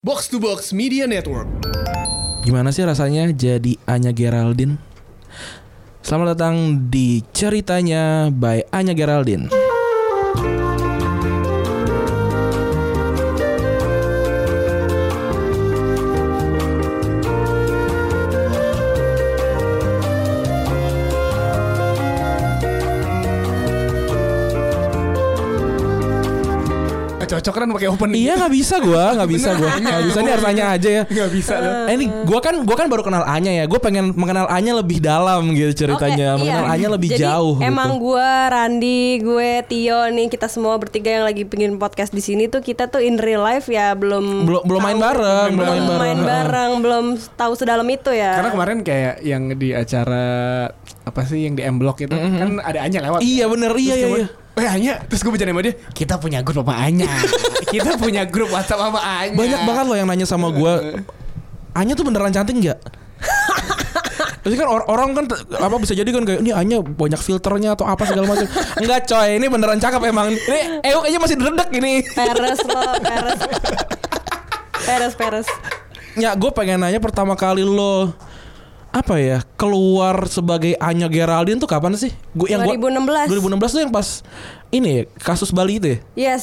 Box to Box Media Network. Gimana sih rasanya jadi Anya Geraldine? Selamat datang di Ceritanya by Anya Geraldine. Cocok kan pakai opening. Iya nggak bisa gue ini harus Anya aja ya. Nggak bisa loh. Ini gue kan baru kenal Anya ya. Gue pengen mengenal Anya lebih dalam gitu ceritanya. Oke, mengenal iya. Anya lebih Jadi, jauh. Emang gitu. gue, Randi, gue, Tio nih, kita semua bertiga yang lagi bikin podcast di sini tuh kita tuh in real life ya belum main bareng, belum tahu sedalam itu ya. Karena kemarin kayak yang di acara apa sih yang di M-Block itu kan ada Anya lewat. Iya bener, iya. Anya, terus gue bicara sama dia, kita punya grup sama Anya. Kita punya grup WhatsApp sama Anya. Banyak banget loh yang nanya sama gue, Anya tuh beneran cantik nggak? Terus kan orang kan apa bisa jadi kan kayak ini Anya banyak filternya atau apa segala macam. Enggak coy, ini beneran cakep emang. Ini kayaknya masih dredeg ini. Peres. Ya gue pengen nanya pertama kali lo apa ya keluar sebagai Anya Geraldine tuh kapan sih? 2016 tuh yang pas ini kasus Bali itu ya? Yes.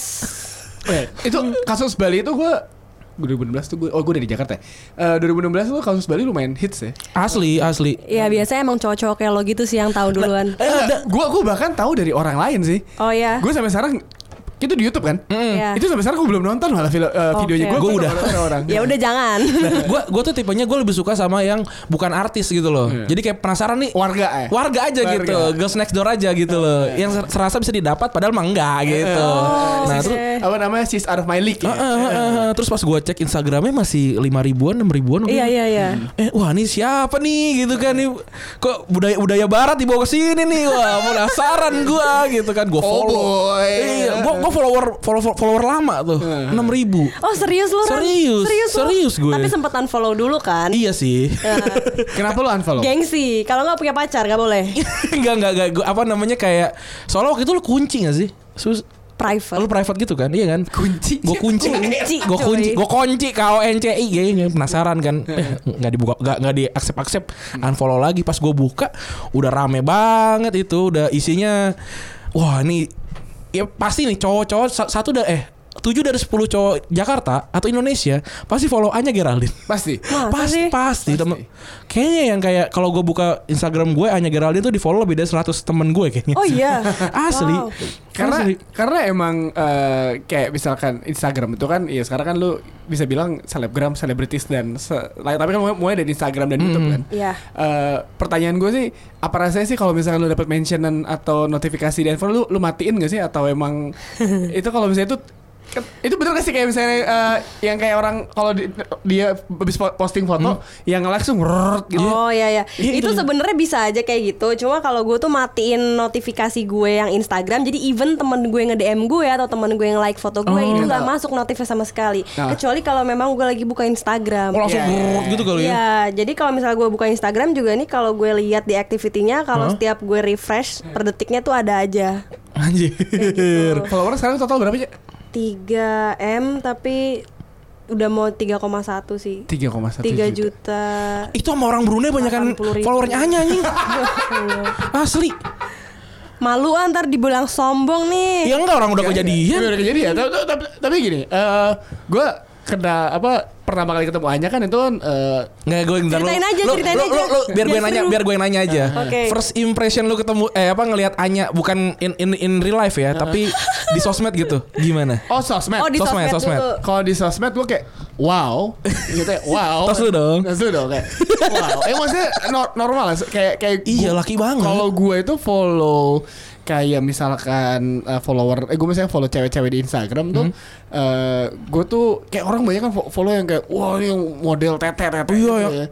Itu kasus Bali itu gue 2016 tuh gue dari Jakarta ya. 2016 tuh kasus Bali lumayan hits ya. Asli. Ya biasanya emang cowok-cowok kayak lo gitu sih yang tahu duluan. Gue bahkan tahu dari orang lain sih. Oh ya. Gue sampai sekarang itu di YouTube kan? Iya. Itu sampai sekarang gue belum nonton malah videonya. Oke. Gue udah. orang. Ya udah jangan. Gue tuh tipenya gue lebih suka sama yang bukan artis gitu loh. Jadi kayak penasaran nih warga aja gitu, girls next door aja gitu loh. Yang serasa bisa didapat padahal mah enggak gitu. Nah terus apa namanya she's out of my league ya? Terus pas gue cek Instagramnya masih 5 ribuan 6 ribuan. Iya. Wah ini siapa nih gitu kan nih. Kok budaya barat dibawa ke sini nih. Wah penasaran gue gitu kan. Gue follow. Iya, gue follower lama tuh 6 ribu. Oh serius lu? Serius gue. Tapi sempet unfollow dulu kan? Iya sih. Kenapa lu unfollow? Gengsi. Kalau nggak punya pacar nggak boleh. Enggak. Apa namanya kayak soalnya waktu itu lu kunci nggak sih? Private. Lu private gitu kan? Iya kan? Kunci. Gue kunci. Gue kunci KONCI kayaknya penasaran kan. Enggak dibuka, enggak di-accept. Unfollow lagi pas gue buka udah rame banget itu, udah isinya wah ini ya pasti nih cowok-cowok 7 dari 10 cowok Jakarta atau Indonesia pasti follow Anya Geraldine. Pasti. Pasti. Kayaknya yang kayak kalau gue buka Instagram gue Anya Geraldine tuh di follow lebih dari 100 temen gue kayaknya. Oh iya. Asli. Wow. Karena emang kayak misalkan Instagram itu kan ya sekarang kan lu bisa bilang selebgram, selebritis dan tapi kan mulai dari Instagram dan YouTube kan. Iya. Pertanyaan gue sih apa rasanya sih kalau misalkan lu dapat mentionan atau notifikasi di handphone lu matiin gak sih atau emang itu kalau misalnya itu bener gak sih kayak misalnya yang kayak orang kalau dia habis posting foto yang langsung gitu. Oh iya. Itu sebenarnya bisa aja kayak gitu. Cuma kalau gue tuh matiin notifikasi gue yang Instagram, jadi even temen gue nge-DM gue atau temen gue yang like foto gue itu nggak masuk notifnya sama sekali. Kecuali kalau memang gue lagi buka Instagram. Langsung gitu kali ya. Iya, jadi kalau misalnya gue buka Instagram juga nih kalau gue lihat di activity-nya kalau setiap gue refresh per detiknya tuh ada aja. Anjir. Gitu. Follower sekarang total berapa ya? 3M tapi udah mau 3,1 sih. 3,1 3 juta. Itu sama orang Brunei banyakan followernya Anya anjing. Asli. Malu ntar dibilang sombong nih. Ya enggak orang udah kejadian. Udah kejadian. Tapi gini, gue pertama kali ketemu Anya kan itu kan Nggak, gue Ceritain aja. biar gue nanya aja. Okay. First impression lu ketemu ngelihat Anya bukan in real life ya, tapi di sosmed gitu. Gimana? Oh sosmed. Oh di sosmed dulu. Kalau di sosmed gue kayak wow gitu ya. Wow. Tos lu dong kayak wow. Maksudnya normal lah kayak iya laki banget. Kalau gue itu follow kayak misalkan follower gue misalnya follow cewek-cewek di Instagram tuh gue tuh kayak orang banyak kan follow yang kayak wah ini yang model tete iya, gitu ya.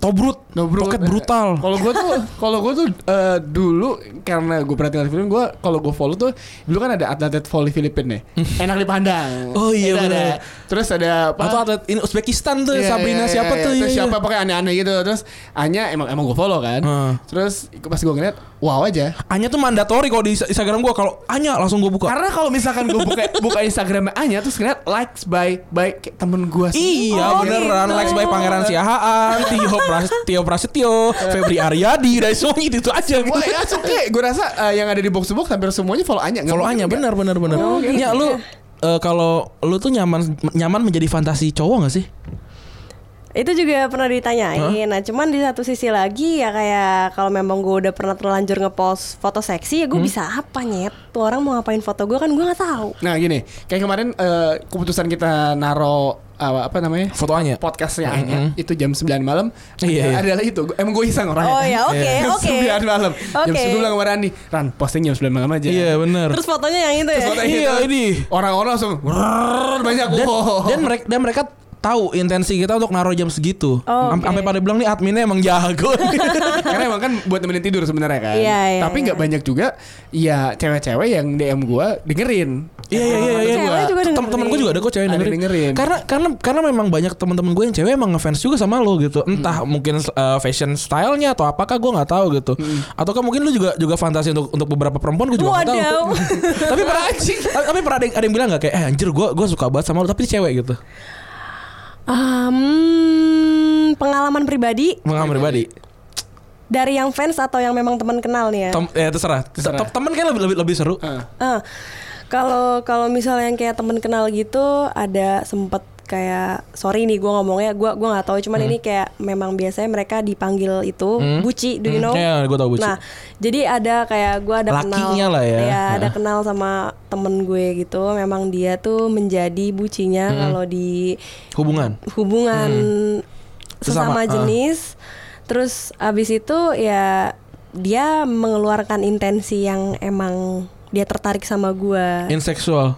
Tobrut brutal. Kalau gue tuh dulu karena gue perhatiin film gue, kalau gue follow tuh dulu kan ada atlet volley Filipina nih. Enak dipandang. Oh iya benar. Terus ada apa? Atau atlet in Uzbekistan tuh, Sabrina siapa tuh? Terus siapa pakai aneh-aneh gitu. Terus Anya emang gue follow kan. Terus pas gue ngeliat wow aja. Anya tuh mandatori kalau di Instagram gue, kalau Anya langsung gue buka. Karena kalau misalkan gue buka Instagramnya Anya terus ngeliat likes by temen gue. Iya beneran gitu. likes by Pangeran Siahaan, Tio Prasetyo, Febri Aryadi, dari semuanya itu aja. Wah ya oke. Gue rasa yang ada di box to box hampir semuanya follow Anya. Follow Anya bener. Ya lu kalau lu tuh nyaman menjadi fantasi cowok gak sih? Itu juga pernah ditanyain. Nah cuman di satu sisi lagi ya kayak kalau memang gue udah pernah terlanjur ngepost foto seksi ya gue bisa apa nyet? Tuh orang mau ngapain foto gue kan gue nggak tahu. Nah gini, kayak kemarin keputusan kita naro apa namanya? Fotonya podcastnya Anya itu jam 9 malam. Iya. Adalah itu. Emang gue iseng orangnya. Oh ya oke. Jam 9 malam. Jam Oke. 10 bilang kemarin nih, Ran posting jam 9 malam aja. Iya bener. Terus fotonya yang itu ya. Iya ini. Orang-orang langsung banyak. Dan mereka tahu intensi kita untuk naruh jam segitu. Sampai pada bilang nih adminnya emang jago. Karena emang kan buat nemenin tidur sebenarnya kan. Iya, Tapi nggak banyak juga ya cewek-cewek yang DM gue dengerin. Iya. Temen gue juga ada kok cewek yang dengerin. Karena memang banyak teman-teman gue yang cewek emang ngefans juga sama lo gitu. Entah mungkin fashion stylenya atau apakah gue nggak tahu gitu. Ataukah mungkin lu juga fantasi untuk beberapa perempuan gue juga nggak tahu. Tapi pernah ada yang bilang nggak kayak anjir gue suka banget sama lo tapi dia cewek gitu. Pengalaman pribadi dari yang fans atau yang memang teman kenal nih ya? Terserah. Temen kan lebih seru. Kalau misalnya yang kayak teman kenal gitu ada sempet kayak sorry nih gue ngomongnya gue nggak tahu cuman ini kayak memang biasanya mereka dipanggil itu buci, do you know? Iya, gue tahu buci. Nah jadi ada kayak gue ada lakinya kenal lah ya. ada kenal sama temen gue gitu, memang dia tuh menjadi bucinya kalau di hubungan sesama jenis. Terus abis itu ya dia mengeluarkan intensi yang emang dia tertarik sama gue. Inseksual.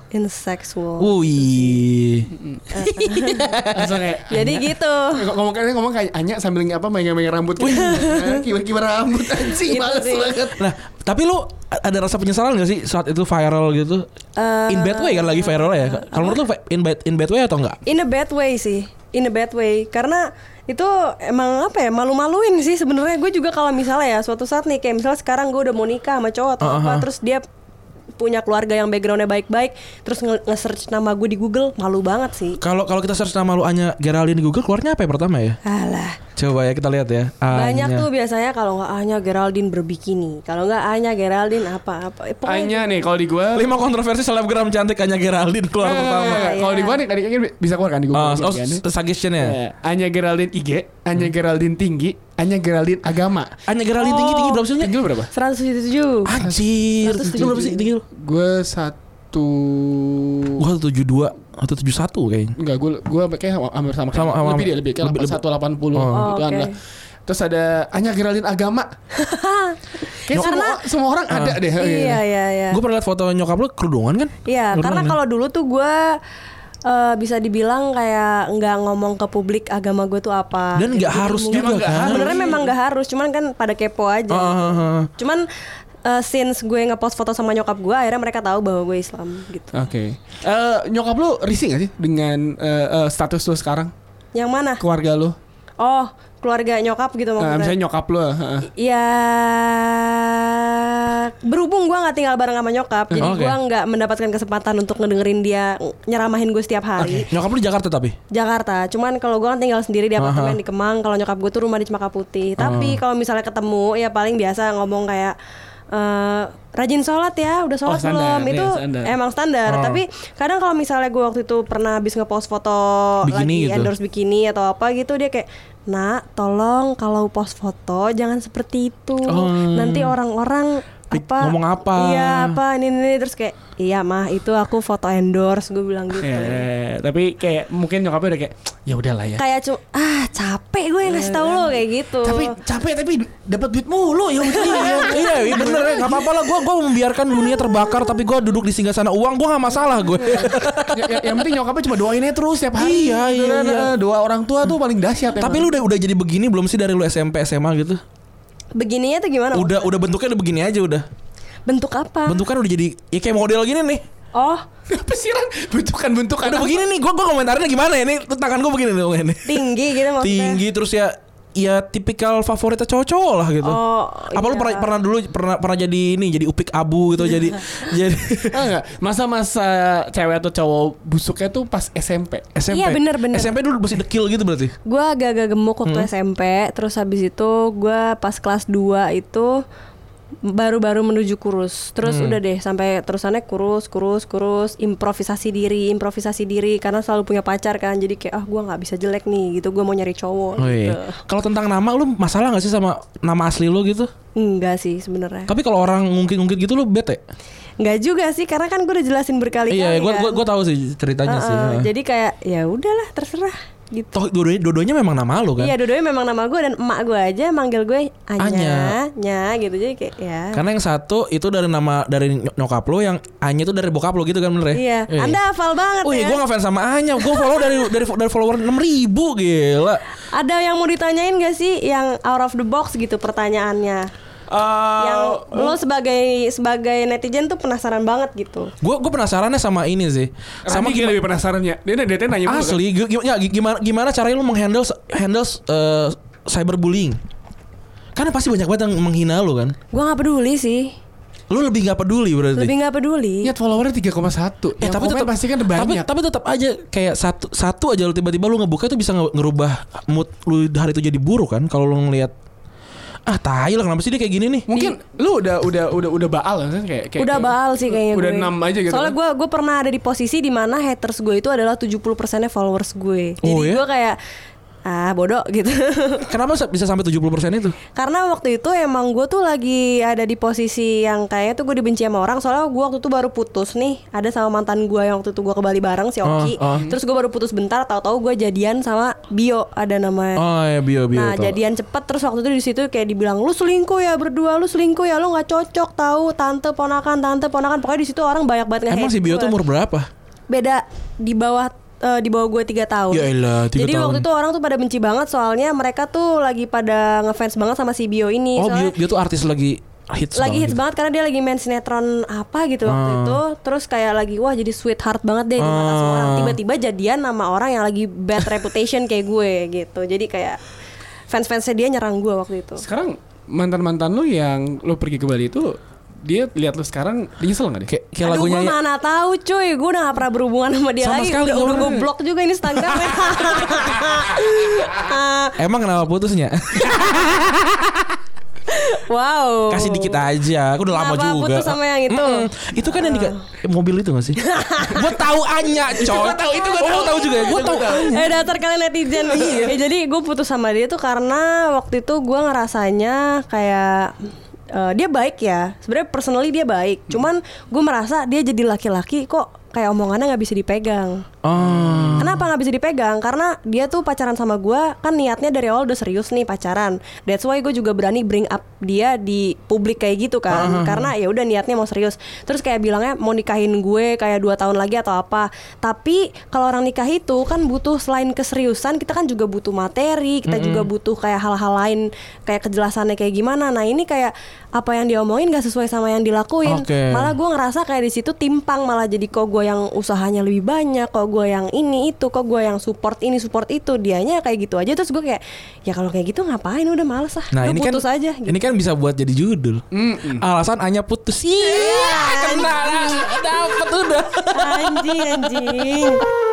Wih. Langsung kayak jadi gitu. Ngomong kayak Anya sambil main rambut. Kibar rambut anjing males banget. Nah, tapi lu ada rasa penyesalan gak sih saat itu viral gitu? In bad way kan lagi viral ya. Kalau menurut lu in bad way atau enggak? In a bad way sih. In a bad way karena itu emang apa ya, malu-maluin sih sebenarnya. Gue juga kalau misalnya ya suatu saat nih kayak misalnya sekarang gue udah mau nikah sama cowok atau apa, terus dia punya keluarga yang backgroundnya baik-baik, terus nge-search nama gue di Google, malu banget sih. Kalau kita search nama lu Anya Geraldine di Google, keluarnya apa yang pertama ya? Alah. Coba ya kita lihat ya. Banyak tuh biasanya kalau nggak Anya Geraldine berbikini, kalau nggak Anya Geraldine apa-apa. Anya nih kalau di gue 5 kontroversi selebgram cantik Anya Geraldine keluar pertama. Kalau di gue nih kadang-kadang bisa keluar kan di Google. Suggestionnya. Anya Geraldine IG, Anya Geraldine tinggi, Anya Geraldine agama. Anya Geraldine tinggi berapa sih? Tinggi berapa? 177. Anjir. Itu berapa sih tinggi lu? Gue 172 atau 71 kayaknya. Enggak, gue kayak hampir sama lebih kayak 180 gitu kan lah. Terus ada Anya Geraldine agama. Kayak semua orang ada deh. Iya. Gue pernah lihat foto nyokap lu kerudungan kan? Iya, karena kalau dulu tuh gue bisa dibilang kayak nggak ngomong ke publik agama gue tuh apa. Dan nggak harus juga kan? Sebenarnya memang nggak harus, cuman kan pada kepo aja. Cuman since gue ngepost foto sama nyokap gue, akhirnya mereka tahu bahwa gue Islam gitu. Oke. Nyokap lu risih gak sih dengan status lu sekarang? Yang mana? Keluarga lu. Oh, keluarga nyokap gitu maksudnya. Misalnya nyokap lu. Iya. Berhubung gue nggak tinggal bareng sama nyokap, jadi gue nggak mendapatkan kesempatan untuk ngedengerin dia nyeramahin gue setiap hari. Nyokap lu Jakarta tapi? Jakarta. Cuman kalau gue kan tinggal sendiri di apartemen di Kemang. Kalau nyokap gue tuh rumah di Cempaka Putih. Tapi kalau misalnya ketemu, ya paling biasa ngomong kayak rajin sholat ya, udah sholat belum? Itu emang standar. Tapi kadang kalau misalnya gue waktu itu pernah habis ngepost foto bikini lagi endorse bikini atau apa gitu, dia kayak, nak tolong kalau post foto jangan seperti itu. Nanti orang-orang ngomong apa? Iya apa ini terus kayak iya mah itu aku foto endorse gue bilang gitu. Tapi kayak mungkin nyokapnya udah kayak ya udahlah ya. Kayak capek gue ngasih tahu lo kayak gitu. Tapi capek tapi dapat duit mulu ya udah. Iya bener ya nggak apa-apa lah gue membiarkan dunia terbakar tapi gue duduk di singgasana uang gue nggak masalah gue. Yang penting nyokapnya cuma doainnya terus tiap hari. Iya. Doa orang tua tuh paling dahsyat. Tapi lu udah jadi begini belum sih dari lu SMP SMA gitu? Begininya tuh gimana? Udah bentuknya udah begini aja udah. Bentuk apa? Bentukan udah jadi ya kayak model gini nih. Oh, apa sih Ran? Bentukan udah begini nih. Gue komentarinnya gimana ya nih? Tangan gue begini nih. Tinggi gitu maksudnya. Tinggi terus ya tipikal favoritnya cowok-cowok lah gitu. Oh, apa lu pernah jadi upik abu gitu jadi enggak. Masa-masa cewek atau cowok busuknya tuh pas SMP. Iya bener. SMP dulu masih dekil gitu berarti. Gue agak-agak gemuk waktu SMP. Terus habis itu gue pas kelas 2 itu baru-baru menuju kurus. Terus udah deh sampai terusannya kurus, improvisasi diri karena selalu punya pacar kan. Jadi kayak gue nggak bisa jelek nih gitu. Gue mau nyari cowok gitu. Kalau tentang nama lu masalah nggak sih sama nama asli lu gitu? Enggak sih sebenarnya. Tapi kalau orang ngungkit gitu lu bete? Enggak juga sih karena kan gue udah jelasin berkali-kali. Iya, gue tahu sih ceritanya sih. Jadi kayak ya udahlah terserah gitu. Toh dua-duanya memang nama lu kan? Iya, dua-duanya memang nama gue dan emak gue aja manggil gue Anya gitu. Jadi kayak ya. Karena yang satu itu dari nama dari nyokap lu, yang Anya itu dari bokap lu gitu kan bener Iya. ya? Anda hafal banget ya. Gue ngefans sama Anya. Gue follow dari follower 6.000 gila. Ada yang mau ditanyain gak sih yang out of the box gitu pertanyaannya? Yang lo sebagai netizen tuh penasaran banget gitu. Gue penasarannya sama ini sih. Sama gimana lebih penasarannya? Dia nanya asli gimana caranya lo handle cyberbullying? Karena pasti banyak banget yang menghina lo kan. Gue nggak peduli sih. Lu lebih nggak peduli berarti? Lebih nggak peduli. Ya followernya 3,1. Tapi tetap pasti kan banyak. Tapi tetap aja kayak satu aja lo tiba-tiba lu ngebuka itu bisa ngerubah mood lu hari itu jadi buruk kan? Kalau lu ngelihat tai lah kenapa sih dia kayak gini nih? Mungkin lu udah baal kan kayak udah baal sih kayaknya. Udah gue 6 aja gitu. Soalnya gue pernah ada di posisi di mana haters gue itu adalah 70%-nya followers gue. Jadi gue kayak bodoh gitu. Kenapa bisa sampai 70% itu? Karena waktu itu emang gue tuh lagi ada di posisi yang kayaknya tuh gue dibenci sama orang. Soalnya gue waktu itu baru putus nih. Ada sama mantan gue yang waktu itu gue ke Bali bareng si Oki. Terus gue baru putus bentar, tahu-tahu gue jadian sama Bio, ada namanya. Oh ya Bio. Nah jadian cepet. Terus waktu itu di situ kayak dibilang lu selingkuh ya berdua, lu nggak cocok tahu tante ponakan. Pokoknya di situ orang banyak banget nge-hate. Emang si Bio tuh umur berapa? Beda di bawah gue 3 tahun. Yaelah, 3 Jadi tahun. waktu itu orang tuh pada benci banget soalnya mereka tuh lagi pada ngefans banget sama si Bio ini. Oh Bio tuh artis lagi hits banget karena dia lagi main sinetron apa gitu waktu itu. Terus kayak lagi wah jadi sweetheart banget deh di mata semua orang. Tiba-tiba jadian sama orang yang lagi bad reputation kayak gue gitu. Jadi kayak fans-fansnya dia nyerang gue waktu itu. Sekarang mantan-mantan lu yang lu pergi ke Bali itu dia lihat lu sekarang dia nyesel gak deh? Kayak lagunya. Gue mana tahu cuy, gue udah gak pernah berhubungan sama dia sama lagi. Sekali, udah gue blok juga ini Instagramnya. Emang kenapa putusnya? Wow. Kasih dikit aja. Aku udah lama juga. Putus sama yang itu? Itu kan yang mobil itu gak sih? Gue tahu Anya, coy. Gue tahu itu. Gue tahu juga. Gue tahu Anya. Dasar kalian netizen. Jadi gue putus sama dia tuh karena waktu itu gue ngerasanya kayak dia baik ya. Sebenarnya personally dia baik. Cuman gue merasa dia jadi laki-laki kok kayak omongannya nggak bisa dipegang. Kenapa nggak bisa dipegang? Karena dia tuh pacaran sama gue kan niatnya dari awal udah serius nih pacaran. That's why gue juga berani bring up dia di publik kayak gitu kan. Karena ya udah niatnya mau serius. Terus kayak bilangnya mau nikahin gue kayak 2 tahun lagi atau apa. Tapi kalau orang nikah itu kan butuh selain keseriusan kita kan juga butuh materi. Kita juga butuh kayak hal-hal lain kayak kejelasannya kayak gimana. Nah ini kayak apa yang dia omongin gak sesuai sama yang dilakuin. Malah gue ngerasa kayak di situ timpang. Malah jadi kok gue yang usahanya lebih banyak, kok gue yang ini itu, kok gue yang support ini support itu, dianya kayak gitu aja. Terus gue kayak ya kalau kayak gitu ngapain, udah males lah. Nah ini putus kan aja gitu. Ini kan bisa buat jadi judul. Alasan Anya putus. Iya, kena dapet udah. Anjing